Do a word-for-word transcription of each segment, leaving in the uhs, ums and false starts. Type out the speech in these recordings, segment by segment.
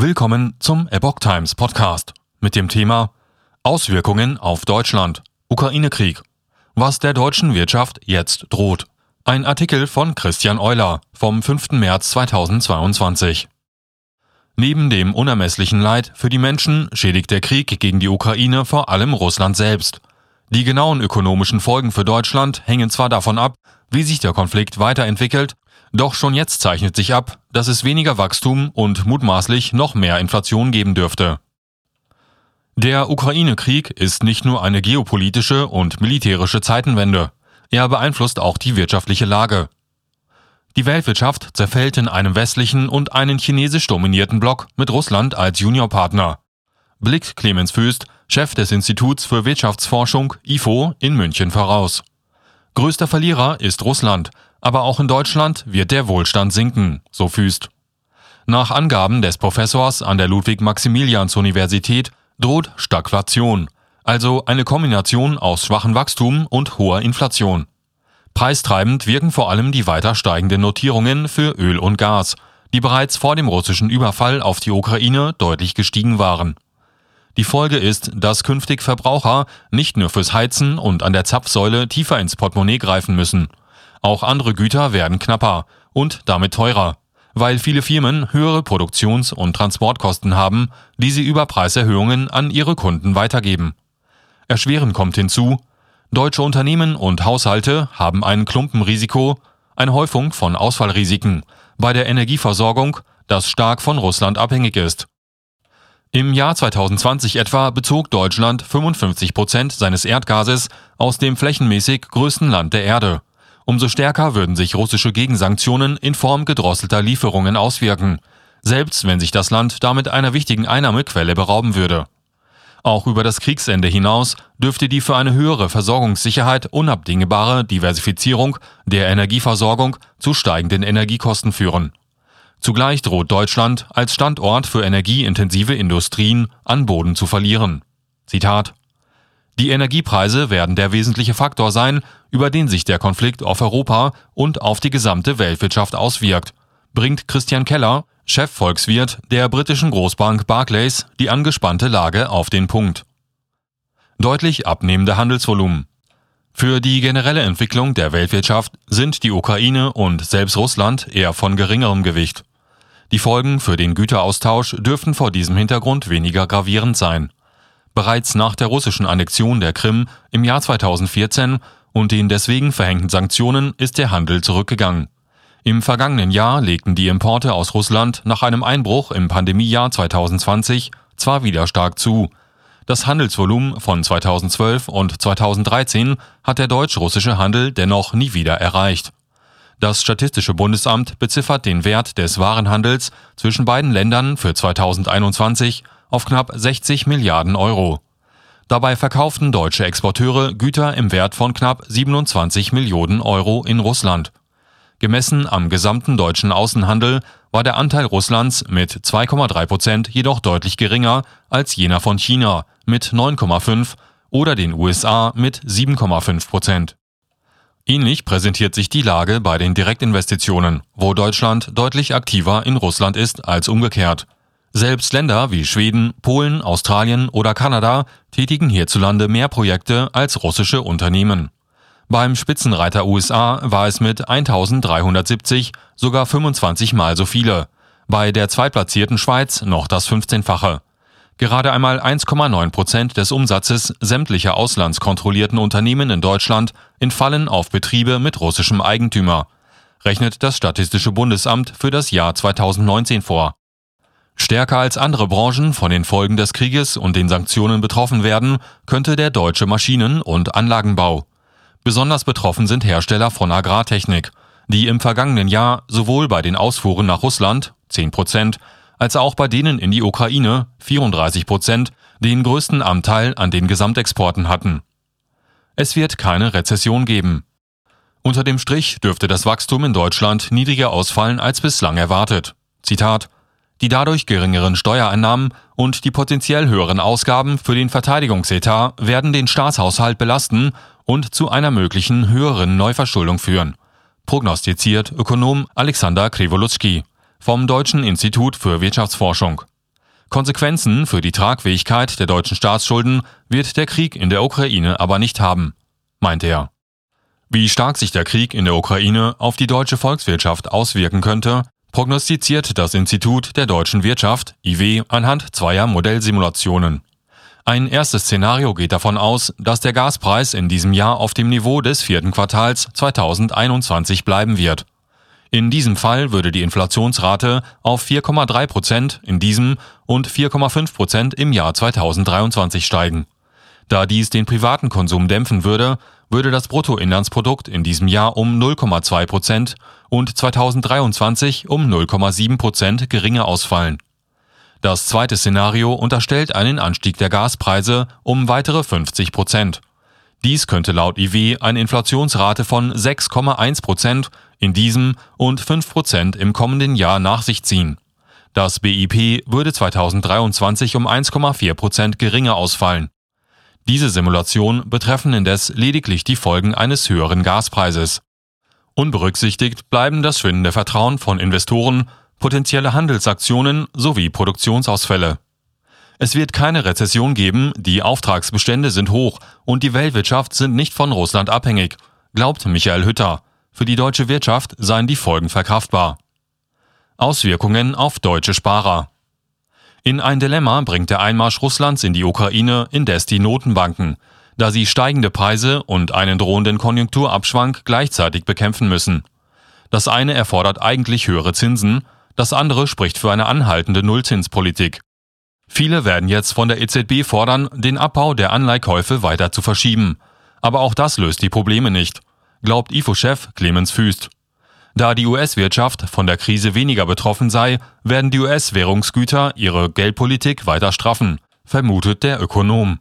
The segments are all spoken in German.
Willkommen zum Epoch Times Podcast mit dem Thema Auswirkungen auf Deutschland, Ukraine-Krieg. Was der deutschen Wirtschaft jetzt droht. Ein Artikel von Christian Euler vom fünften März zweitausendzweiundzwanzig. Neben dem unermesslichen Leid für die Menschen schädigt der Krieg gegen die Ukraine vor allem Russland selbst. Die genauen ökonomischen Folgen für Deutschland hängen zwar davon ab, wie sich der Konflikt weiterentwickelt, doch schon jetzt zeichnet sich ab, dass es weniger Wachstum und mutmaßlich noch mehr Inflation geben dürfte. Der Ukraine-Krieg ist nicht nur eine geopolitische und militärische Zeitenwende, er beeinflusst auch die wirtschaftliche Lage. Die Weltwirtschaft zerfällt in einem westlichen und einen chinesisch dominierten Block mit Russland als Juniorpartner. Blickt Clemens Föst, Chef des Instituts für Wirtschaftsforschung I F O in München voraus. Größter Verlierer ist Russland, aber auch in Deutschland wird der Wohlstand sinken, so Föst. Nach Angaben des Professors an der Ludwig-Maximilians-Universität droht Stagflation, also eine Kombination aus schwachem Wachstum und hoher Inflation. Preistreibend wirken vor allem die weiter steigenden Notierungen für Öl und Gas, die bereits vor dem russischen Überfall auf die Ukraine deutlich gestiegen waren. Die Folge ist, dass künftig Verbraucher nicht nur fürs Heizen und an der Zapfsäule tiefer ins Portemonnaie greifen müssen. Auch andere Güter werden knapper und damit teurer, weil viele Firmen höhere Produktions- und Transportkosten haben, die sie über Preiserhöhungen an ihre Kunden weitergeben. Erschwerend kommt hinzu, deutsche Unternehmen und Haushalte haben ein Klumpenrisiko, eine Häufung von Ausfallrisiken bei der Energieversorgung, das stark von Russland abhängig ist. Im Jahr zweitausendzwanzig etwa bezog Deutschland fünfundfünfzig Prozent seines Erdgases aus dem flächenmäßig größten Land der Erde. Umso stärker würden sich russische Gegensanktionen in Form gedrosselter Lieferungen auswirken, selbst wenn sich das Land damit einer wichtigen Einnahmequelle berauben würde. Auch über das Kriegsende hinaus dürfte die für eine höhere Versorgungssicherheit unabdingbare Diversifizierung der Energieversorgung zu steigenden Energiekosten führen. Zugleich droht Deutschland als Standort für energieintensive Industrien an Boden zu verlieren. Zitat: Die Energiepreise werden der wesentliche Faktor sein, über den sich der Konflikt auf Europa und auf die gesamte Weltwirtschaft auswirkt, bringt Christian Keller, Chefvolkswirt der britischen Großbank Barclays, die angespannte Lage auf den Punkt. Deutlich abnehmende Handelsvolumen. Für die generelle Entwicklung der Weltwirtschaft sind die Ukraine und selbst Russland eher von geringerem Gewicht. Die Folgen für den Güteraustausch dürften vor diesem Hintergrund weniger gravierend sein. Bereits nach der russischen Annexion der Krim im Jahr zweitausendvierzehn und den deswegen verhängten Sanktionen ist der Handel zurückgegangen. Im vergangenen Jahr legten die Importe aus Russland nach einem Einbruch im Pandemiejahr zweitausendzwanzig zwar wieder stark zu. Das Handelsvolumen von zweitausendzwölf und zweitausenddreizehn hat der deutsch-russische Handel dennoch nie wieder erreicht. Das Statistische Bundesamt beziffert den Wert des Warenhandels zwischen beiden Ländern für zweitausendeinundzwanzig auf knapp sechzig Milliarden Euro. Dabei verkauften deutsche Exporteure Güter im Wert von knapp siebenundzwanzig Millionen Euro in Russland. Gemessen am gesamten deutschen Außenhandel war der Anteil Russlands mit zwei Komma drei Prozent jedoch deutlich geringer als jener von China mit neun Komma fünf oder den U S A mit sieben Komma fünf Prozent. Ähnlich präsentiert sich die Lage bei den Direktinvestitionen, wo Deutschland deutlich aktiver in Russland ist als umgekehrt. Selbst Länder wie Schweden, Polen, Australien oder Kanada tätigen hierzulande mehr Projekte als russische Unternehmen. Beim Spitzenreiter U S A war es mit eintausenddreihundertsiebzig sogar fünfundzwanzig Mal so viele, bei der zweitplatzierten Schweiz noch das fünfzehnfache. Gerade einmal eins Komma neun Prozent des Umsatzes sämtlicher auslandskontrollierten Unternehmen in Deutschland entfallen auf Betriebe mit russischem Eigentümer, rechnet das Statistische Bundesamt für das Jahr zweitausendneunzehn vor. Stärker als andere Branchen von den Folgen des Krieges und den Sanktionen betroffen werden, könnte der deutsche Maschinen- und Anlagenbau. Besonders betroffen sind Hersteller von Agrartechnik, die im vergangenen Jahr sowohl bei den Ausfuhren nach Russland zehn Prozent als auch bei denen in die Ukraine vierunddreißig Prozent den größten Anteil an den Gesamtexporten hatten. Es wird keine Rezession geben. Unter dem Strich dürfte das Wachstum in Deutschland niedriger ausfallen als bislang erwartet. Zitat: Die dadurch geringeren Steuereinnahmen und die potenziell höheren Ausgaben für den Verteidigungsetat werden den Staatshaushalt belasten und zu einer möglichen höheren Neuverschuldung führen, prognostiziert Ökonom Alexander Krivolutsky vom Deutschen Institut für Wirtschaftsforschung. Konsequenzen für die Tragfähigkeit der deutschen Staatsschulden wird der Krieg in der Ukraine aber nicht haben, meint er. Wie stark sich der Krieg in der Ukraine auf die deutsche Volkswirtschaft auswirken könnte, prognostiziert das Institut der deutschen Wirtschaft I W anhand zweier Modellsimulationen. Ein erstes Szenario geht davon aus, dass der Gaspreis in diesem Jahr auf dem Niveau des vierten Quartals zweitausendeinundzwanzig bleiben wird. In diesem Fall würde die Inflationsrate auf vier Komma drei Prozent in diesem und vier Komma fünf Prozent im Jahr zweitausenddreiundzwanzig steigen. Da dies den privaten Konsum dämpfen würde, würde das Bruttoinlandsprodukt in diesem Jahr um null Komma zwei Prozent und zweitausenddreiundzwanzig um null Komma sieben Prozent geringer ausfallen. Das zweite Szenario unterstellt einen Anstieg der Gaspreise um weitere fünfzig Prozent. Dies könnte laut I W eine Inflationsrate von sechs Komma eins Prozent in diesem und fünf Prozent im kommenden Jahr nach sich ziehen. Das B I P würde zweitausenddreiundzwanzig um eins Komma vier Prozent geringer ausfallen. Diese Simulationen betreffen indes lediglich die Folgen eines höheren Gaspreises. Unberücksichtigt bleiben das schwindende Vertrauen von Investoren, potenzielle Handelsaktionen sowie Produktionsausfälle. Es wird keine Rezession geben, die Auftragsbestände sind hoch und die Weltwirtschaft sind nicht von Russland abhängig, glaubt Michael Hütter. Für die deutsche Wirtschaft seien die Folgen verkraftbar. Auswirkungen auf deutsche Sparer. In ein Dilemma bringt der Einmarsch Russlands in die Ukraine indes die Notenbanken, da sie steigende Preise und einen drohenden Konjunkturabschwank gleichzeitig bekämpfen müssen. Das eine erfordert eigentlich höhere Zinsen, das andere spricht für eine anhaltende Nullzinspolitik. Viele werden jetzt von der E Z B fordern, den Abbau der Anleihkäufe weiter zu verschieben. Aber auch das löst die Probleme nicht, glaubt I F O-Chef Clemens Fuest. Da die U S-Wirtschaft von der Krise weniger betroffen sei, werden die U S-Währungsgüter ihre Geldpolitik weiter straffen, vermutet der Ökonom.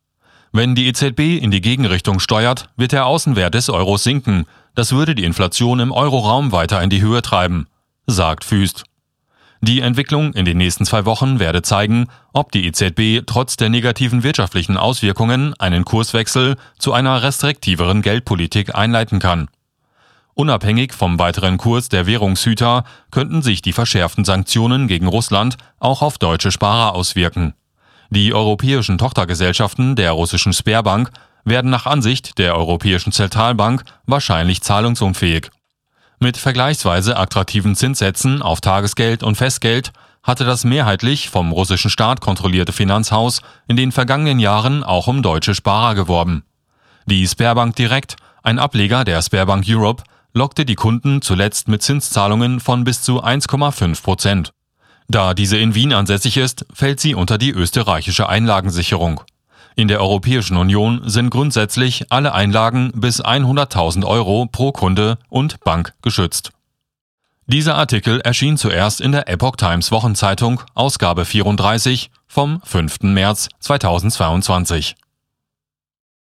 Wenn die E Z B in die Gegenrichtung steuert, wird der Außenwert des Euros sinken. Das würde die Inflation im Euroraum weiter in die Höhe treiben, sagt Fuest. Die Entwicklung in den nächsten zwei Wochen werde zeigen, ob die E Z B trotz der negativen wirtschaftlichen Auswirkungen einen Kurswechsel zu einer restriktiveren Geldpolitik einleiten kann. Unabhängig vom weiteren Kurs der Währungshüter könnten sich die verschärften Sanktionen gegen Russland auch auf deutsche Sparer auswirken. Die europäischen Tochtergesellschaften der russischen Sberbank werden nach Ansicht der Europäischen Zentralbank wahrscheinlich zahlungsunfähig. Mit vergleichsweise attraktiven Zinssätzen auf Tagesgeld und Festgeld hatte das mehrheitlich vom russischen Staat kontrollierte Finanzhaus in den vergangenen Jahren auch um deutsche Sparer geworben. Die Sberbank Direkt, ein Ableger der Sberbank Europe, lockte die Kunden zuletzt mit Zinszahlungen von bis zu eins Komma fünf Prozent. Da diese in Wien ansässig ist, fällt sie unter die österreichische Einlagensicherung. In der Europäischen Union sind grundsätzlich alle Einlagen bis hunderttausend Euro pro Kunde und Bank geschützt. Dieser Artikel erschien zuerst in der Epoch Times Wochenzeitung, Ausgabe vierunddreißig vom fünften März zweitausendzweiundzwanzig.